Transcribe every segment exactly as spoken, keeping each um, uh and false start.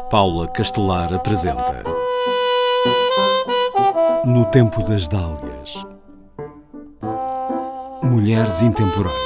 Paula Castelar apresenta No Tempo das Dálias. Mulheres intemporais.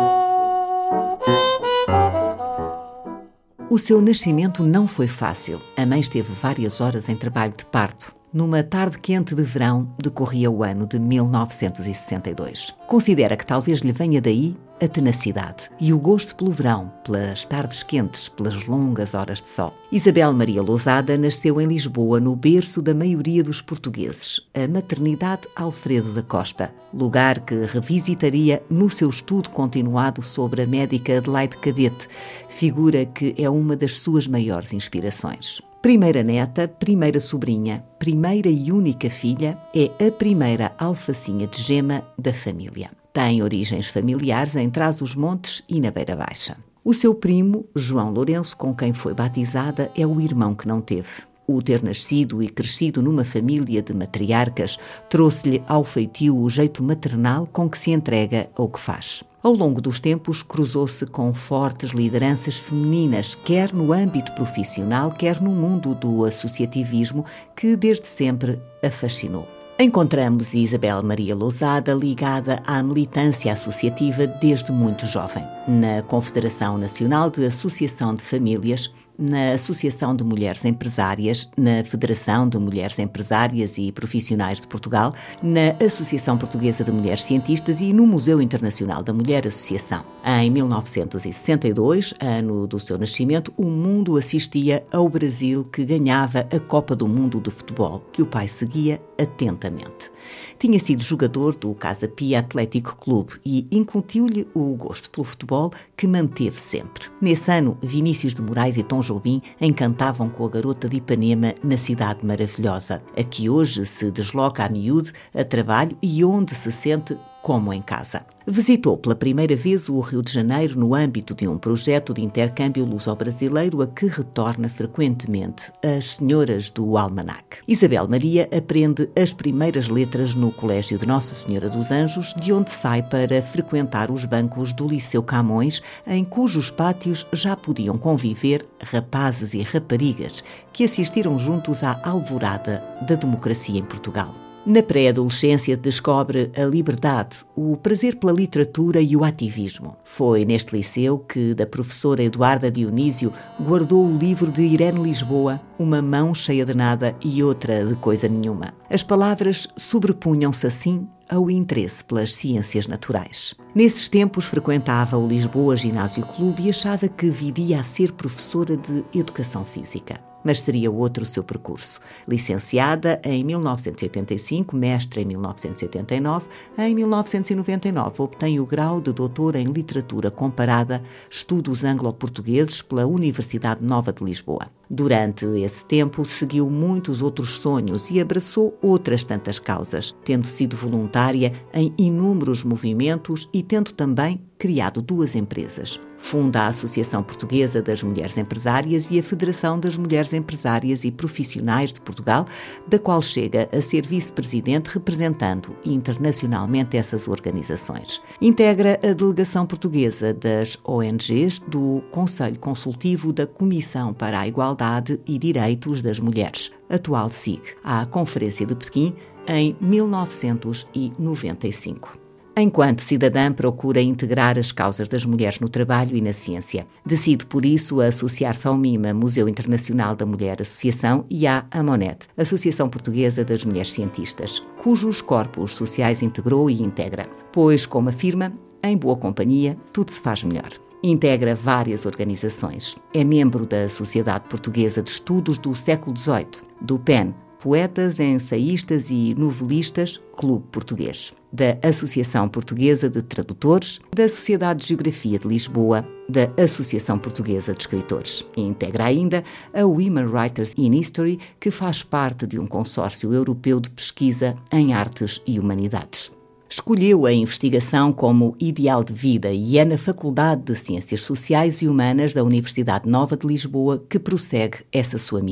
O seu nascimento não foi fácil. A mãe esteve várias horas em trabalho de parto. Numa tarde quente de verão, decorria o ano de mil novecentos e sessenta e dois. Considera que talvez lhe venha daí a tenacidade e o gosto pelo verão, pelas tardes quentes, pelas longas horas de sol. Isabel Maria Lousada nasceu em Lisboa, no berço da maioria dos portugueses, a maternidade Alfredo da Costa, lugar que revisitaria no seu estudo continuado sobre a médica Adelaide Cabete, figura que é uma das suas maiores inspirações. Primeira neta, primeira sobrinha, primeira e única filha, é a primeira alfacinha de gema da família. Tem origens familiares em Trás-os-Montes e na Beira Baixa. O seu primo, João Lourenço, com quem foi batizada, é o irmão que não teve. O ter nascido e crescido numa família de matriarcas trouxe-lhe ao feitio o jeito maternal com que se entrega ao que faz. Ao longo dos tempos, cruzou-se com fortes lideranças femininas, quer no âmbito profissional, quer no mundo do associativismo, que desde sempre a fascinou. Encontramos Isabel Maria Lousada ligada à militância associativa desde muito jovem, na Confederação Nacional de Associação de Famílias, na Associação de Mulheres Empresárias, na Federação de Mulheres Empresárias e Profissionais de Portugal, na Associação Portuguesa de Mulheres Cientistas e no Museu Internacional da Mulher Associação. Em mil novecentos e sessenta e dois, ano do seu nascimento, o mundo assistia ao Brasil que ganhava a Copa do Mundo de Futebol, que o pai seguia atentamente. Tinha sido jogador do Casa Pia Atlético Clube e incutiu-lhe o gosto pelo futebol que manteve sempre. Nesse ano, Vinícius de Moraes e Tom Jobim encantavam com a garota de Ipanema na Cidade Maravilhosa, a que hoje se desloca a miúde a trabalho e onde se sente como em casa. Visitou pela primeira vez o Rio de Janeiro no âmbito de um projeto de intercâmbio luso-brasileiro a que retorna frequentemente, as Senhoras do Almanac. Isabel Maria aprende as primeiras letras no Colégio de Nossa Senhora dos Anjos, de onde sai para frequentar os bancos do Liceu Camões, em cujos pátios já podiam conviver rapazes e raparigas que assistiram juntos à alvorada da democracia em Portugal. Na pré-adolescência descobre a liberdade, o prazer pela literatura e o ativismo. Foi neste liceu que, da professora Eduarda Dionísio, guardou o livro de Irene Lisboa, Uma Mão Cheia de Nada e Outra de Coisa Nenhuma. As palavras sobrepunham-se assim ao interesse pelas ciências naturais. Nesses tempos frequentava o Lisboa Ginásio Clube e achava que viria a ser professora de Educação Física. Mas seria outro o seu percurso. Licenciada em mil novecentos e oitenta e cinco, mestre em mil novecentos e oitenta e nove, em mil novecentos e noventa e nove obtém o grau de doutora em Literatura Comparada, Estudos Anglo-Portugueses pela Universidade Nova de Lisboa. Durante esse tempo, seguiu muitos outros sonhos e abraçou outras tantas causas, tendo sido voluntária em inúmeros movimentos e tendo também criado duas empresas. Funda a Associação Portuguesa das Mulheres Empresárias e a Federação das Mulheres Empresárias e Profissionais de Portugal, da qual chega a ser vice-presidente representando internacionalmente essas organizações. Integra a delegação portuguesa das O N Gs do Conselho Consultivo da Comissão para a Igualdade e Direitos das Mulheres, atual S I G, à Conferência de Pequim, em mil novecentos e noventa e cinco. Enquanto cidadã, procura integrar as causas das mulheres no trabalho e na ciência. Decide, por isso, associar-se ao MIMA, Museu Internacional da Mulher Associação, e à AMONET, Associação Portuguesa das Mulheres Cientistas, cujos corpos sociais integrou e integra. Pois, como afirma, em boa companhia, tudo se faz melhor. Integra várias organizações. É membro da Sociedade Portuguesa de Estudos do Século dezoito, do P E N, Poetas, Ensaístas e Novelistas, Clube Português, da Associação Portuguesa de Tradutores, da Sociedade de Geografia de Lisboa, da Associação Portuguesa de Escritores. E integra ainda a Women Writers in History, que faz parte de um consórcio europeu de pesquisa em artes e humanidades. Escolheu a investigação como ideal de vida e é na Faculdade de Ciências Sociais e Humanas da Universidade Nova de Lisboa que prossegue essa sua missão.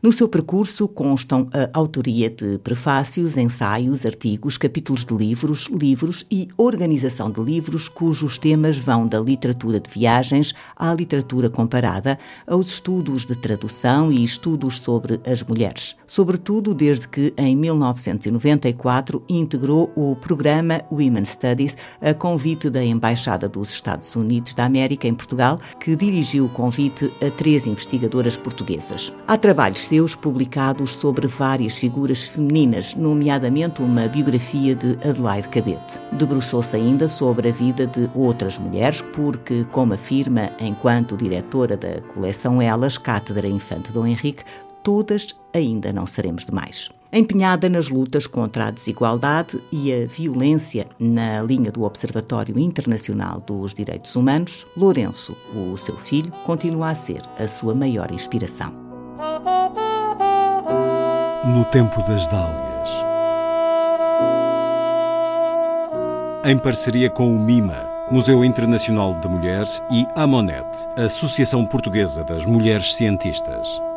No seu percurso constam a autoria de prefácios, ensaios, artigos, capítulos de livros, livros e organização de livros cujos temas vão da literatura de viagens à literatura comparada, aos estudos de tradução e estudos sobre as mulheres. Sobretudo desde que, em mil novecentos e noventa e quatro, integrou o programa Women's Studies a convite da Embaixada dos Estados Unidos da América em Portugal, que dirigiu o convite a três investigadoras portuguesas. Há trabalhos seus publicados sobre várias figuras femininas, nomeadamente uma biografia de Adelaide Cabete. Debruçou-se ainda sobre a vida de outras mulheres, porque, como afirma enquanto diretora da coleção Elas, Cátedra Infante Dom Henrique, todas ainda não seremos demais. Empenhada nas lutas contra a desigualdade e a violência na linha do Observatório Internacional dos Direitos Humanos, Lourenço, o seu filho, continua a ser a sua maior inspiração. No tempo das dálias. Em parceria com o MIMA, Museu Internacional da Mulher, e a Amonet, Associação Portuguesa das Mulheres Cientistas.